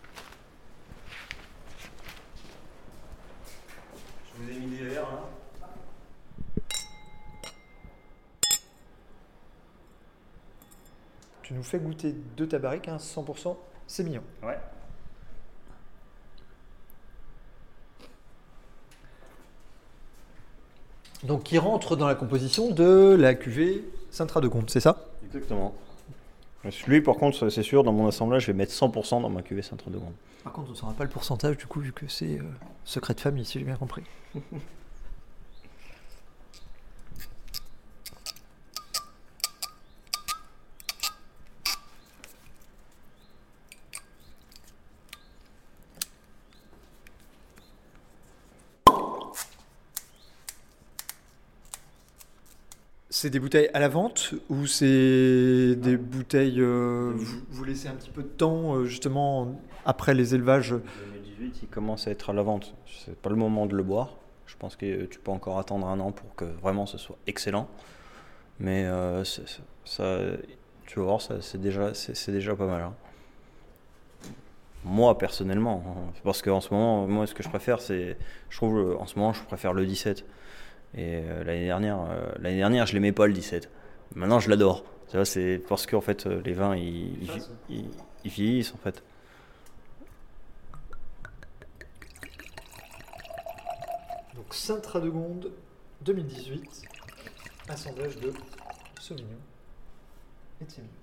Je vous ai mis des verres là. Tu nous fais goûter de ta barrique, hein, cent pour cent, c'est mignon. Ouais. Donc qui rentre dans la composition de la cuvée Sainte-Radegonde, c'est ça? Exactement. Lui, par contre, c'est sûr, dans mon assemblage, je vais mettre cent pour cent dans ma cuvée Sainte-Radegonde. Par contre, on ne saura pas le pourcentage du coup, vu que c'est euh, secret de famille, si j'ai bien compris. C'est des bouteilles à la vente ou c'est des bouteilles... Euh, vous, vous laissez un petit peu de temps euh, justement après les élevages? deux mille dix-huit, il commence à être à la vente. C'est pas le moment de le boire. Je pense que tu peux encore attendre un an pour que vraiment ce soit excellent. Mais euh, c'est, ça, tu vas voir, ça, c'est, déjà, c'est, c'est déjà pas mal. Hein. Moi personnellement, hein, parce qu'en ce moment, moi ce que je préfère, c'est... Je trouve en ce moment, je préfère le dix-sept. Et euh, l'année dernière, euh, l'année dernière, je l'aimais pas le dix-sept. Maintenant, je l'adore. Tu vois, c'est parce que en fait, les vins, ils, ils, ils, ils vieillissent en fait. Donc Sainte-Radegonde deux mille dix-huit, assemblage de Sauvignon et de Sémillon.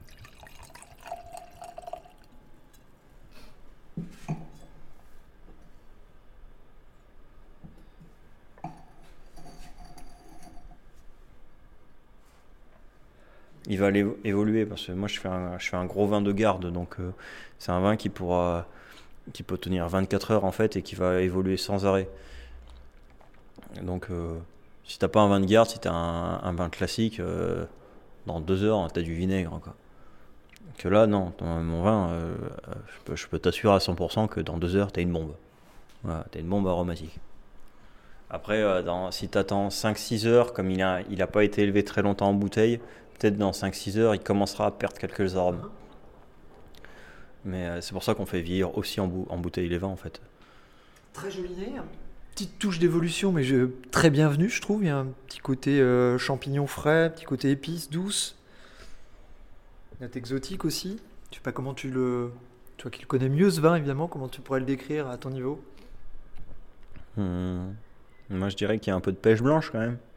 Il va aller évoluer parce que moi je fais un, je fais un gros vin de garde, donc euh, c'est un vin qui pourra, qui peut tenir vingt-quatre heures en fait et qui va évoluer sans arrêt. Donc euh, si t'as pas un vin de garde, si t'as un, un vin classique, euh, dans deux heures t'as du vinaigre quoi. Que là non, dans mon vin, euh, je, peux, je peux t'assurer à cent pour cent que dans deux heures t'as une bombe. Voilà, t'as une bombe aromatique. Après, euh, dans, si t'attends cinq six heures, comme il a, il a pas été élevé très longtemps en bouteille, peut-être dans cinq six heures, il commencera à perdre quelques arômes. Mais euh, c'est pour ça qu'on fait vieillir aussi en, bou- en bouteille les vins en fait. Très joli nez, petite touche d'évolution, mais je, très bienvenue je trouve. Il y a un petit côté euh, champignon frais, un petit côté épice, douce. Note exotique aussi. Je sais pas comment tu le... Toi qui le connais mieux ce vin évidemment, comment tu pourrais le décrire à ton niveau? Hum, Moi je dirais qu'il y a un peu de pêche blanche quand même.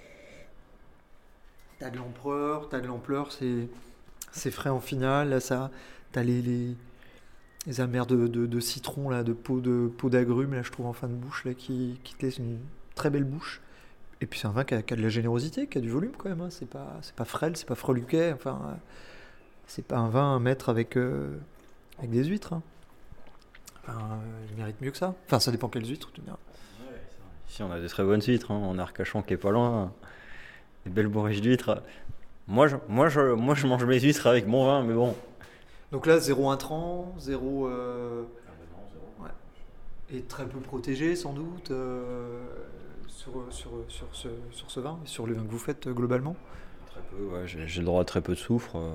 T'as de l'ampleur, t'as de l'ampleur, c'est, c'est frais en finale, là ça, t'as les, les, les amers de, de, de citron, là, de peau, de peau d'agrumes, là je trouve en fin de bouche, là, qui, qui te laisse une très belle bouche. Et puis c'est un vin qui a, qui a de la générosité, qui a du volume quand même, hein. c'est, pas, c'est pas frêle, c'est pas freluquet, enfin, euh, c'est pas un vin à mettre avec, euh, avec des huîtres. Hein. Enfin, euh, il mérite mieux que ça. Enfin, ça dépend quelles huîtres, tu me diras. Ici on a des très bonnes huîtres, hein. On a Arcachon qui est pas loin. Des belles bourriches d'huîtres. Moi je, moi, je, moi, je mange mes huîtres avec mon vin, mais bon. Donc là, zéro intrant, zéro... Euh... Ah bah non, zéro. Ouais. Et très peu protégé, sans doute, euh, sur, sur, sur, ce, sur ce vin, et sur le vin que vous faites euh, globalement. Très peu, ouais. J'ai, j'ai le droit à très peu de soufre. Euh...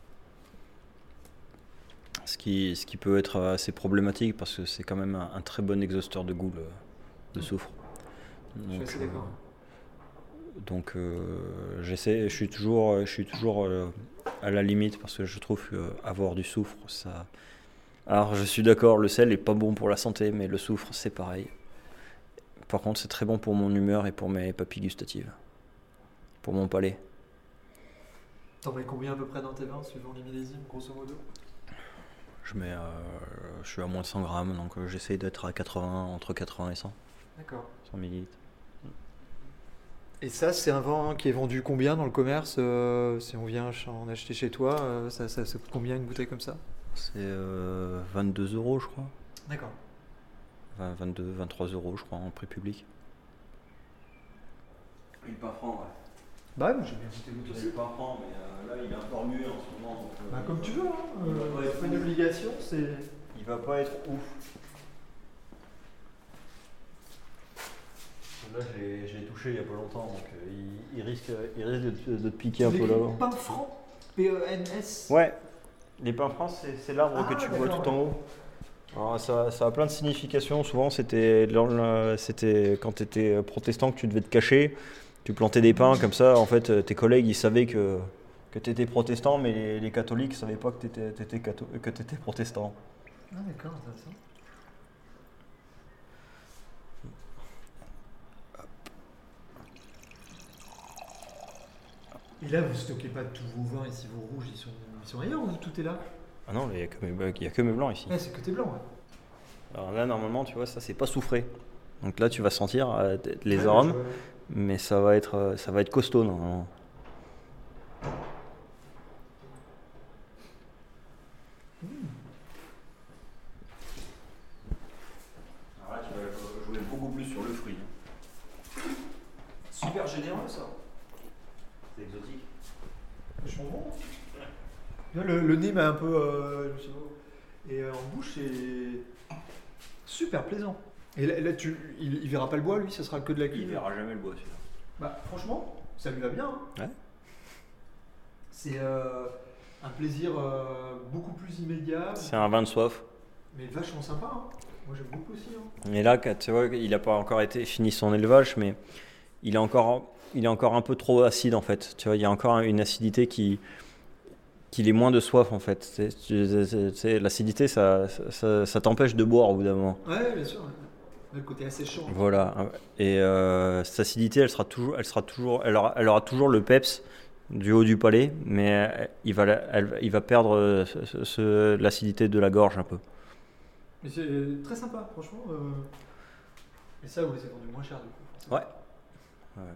Ce, qui, ce qui peut être assez problématique, parce que c'est quand même un, un très bon exhausteur de goût, le, le soufre. Donc, je suis assez d'accord. Euh... Donc euh, j'essaie, je suis toujours, je suis toujours euh, à la limite parce que je trouve qu'avoir du soufre, ça... Alors je suis d'accord, le sel est pas bon pour la santé, mais le soufre c'est pareil. Par contre c'est très bon pour mon humeur et pour mes papilles gustatives. Pour mon palais. T'en mets combien à peu près dans tes vins, suivant les millésimes, grosso modo? Je mets, euh, je suis à moins de cent grammes, donc euh, j'essaie d'être à quatre-vingts, entre quatre-vingts et cent. D'accord. cent millilitres. Et ça, c'est un vin qui est vendu combien dans le commerce euh, si on vient en acheter chez toi, euh, ça, ça, ça coûte combien une bouteille comme ça? C'est euh, vingt-deux euros, je crois. D'accord. vingt, vingt-deux, vingt-trois euros, je crois, en prix public. Il est pas franc, ouais. Bah ouais, j'ai bien cité l'autre Il aussi. est pas franc, mais euh, là, il est encore mieux en ce moment. Donc, euh, Bah comme tu veux, hein. Il va Euh, pas c'est être pas une ouf. obligation, c'est... Il va pas être ouf. Là, je l'ai, je l'ai touché il y a pas longtemps, donc euh, il, il risque, il risque de, te- de te piquer un peu là. Pain franc, P E N S. Ouais, les pins francs, c'est, c'est l'arbre Ah, que tu vois d'accord, tout en haut. Alors, ça, ça a plein de significations. Souvent, c'était, c'était quand tu étais protestant que tu devais te cacher. Tu plantais des pins comme ça. En fait, tes collègues, ils savaient que, que tu étais protestant, mais les, les catholiques ne savaient pas que tu étais, t'étais catho- que tu étais protestant. Ah d'accord, intéressant. Et là, vous stockez pas tous vos vins ici, vos rouges, ils sont, ils sont ailleurs ou tout est là? Ah non, il n'y a, que mes- il y a que mes blancs ici. Ouais, c'est que t'es blanc, ouais. Alors là, normalement, tu vois, ça, c'est pas soufré. Donc là, tu vas sentir euh, t- les Ouais, arômes, je- mais ça va être, euh, ça va être costaud, normalement. Alors là, tu vas jouer beaucoup plus sur le fruit. Super généreux, ça. C'est exotique. Vachement bon. Là, Le, le nez m'a un peu... euh, je sais pas. Et euh, en bouche, c'est super plaisant. Et là, là, tu, il, il verra pas le bois, lui, ça sera que de la Il cuve. verra jamais le bois, celui-là. Bah, franchement, ça lui va bien. hein. Ouais. C'est euh, un plaisir euh, beaucoup plus immédiat, C'est un vin de soif. mais vachement sympa. hein. Moi, j'aime beaucoup aussi. hein. Et là, quand- tu vois, il n'a pas encore été fini son élevage, mais il est encore, il est encore un peu trop acide en fait. Tu vois, il y a encore une acidité qui, qu'il ait moins de soif en fait. C'est- c'est- c'est- c'est- l'acidité, ça, ça, ça t'empêche de boire au bout d'un moment. Ouais, bien sûr. ouais. Le côté asséchant. Voilà. Et euh, cette acidité, elle sera toujours, elle sera toujours, elle aura, elle aura toujours le peps du haut du palais, mais euh, il va, la- elle- il va perdre euh, ce- ce- l'acidité de la gorge un peu. Mais c'est très sympa, franchement. euh. Et ça, oui, c'est vendu moins cher du coup. forcément. Ouais. Ouais.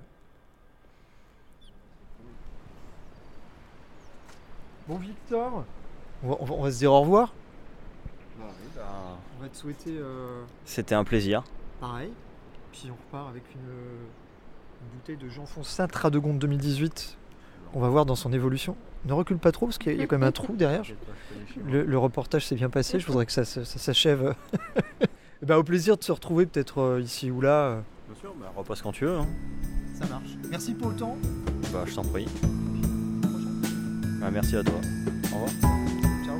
Bon, Victor, on va, on va- on va se dire au revoir. On va te souhaiter euh, C'était un plaisir. pareil. Puis on repart avec une, une bouteille de Jean Fonsainte Radegonde deux mille dix-huit. On va voir dans son évolution. Ne recule pas trop parce qu'il y a- il y a quand même un trou derrière. Le, le reportage s'est bien passé. Je voudrais que ça, ça- ça s'achève. Et ben, au plaisir de se retrouver peut-être euh, ici ou là. euh. Bien sûr, bah, repasse quand tu veux. Hein. Ça marche. Merci pour le temps. Bah, je t'en prie. Bah, merci à toi. Au revoir. Ciao.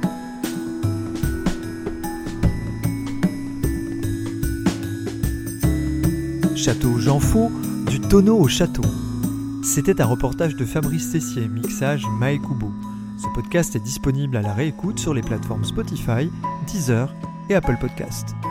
Château Jean Faux, du tonneau au château. C'était un reportage de Fabrice Tessier, mixage Mae Kubo. Ce podcast est disponible à la réécoute sur les plateformes Spotify, Deezer et Apple Podcast.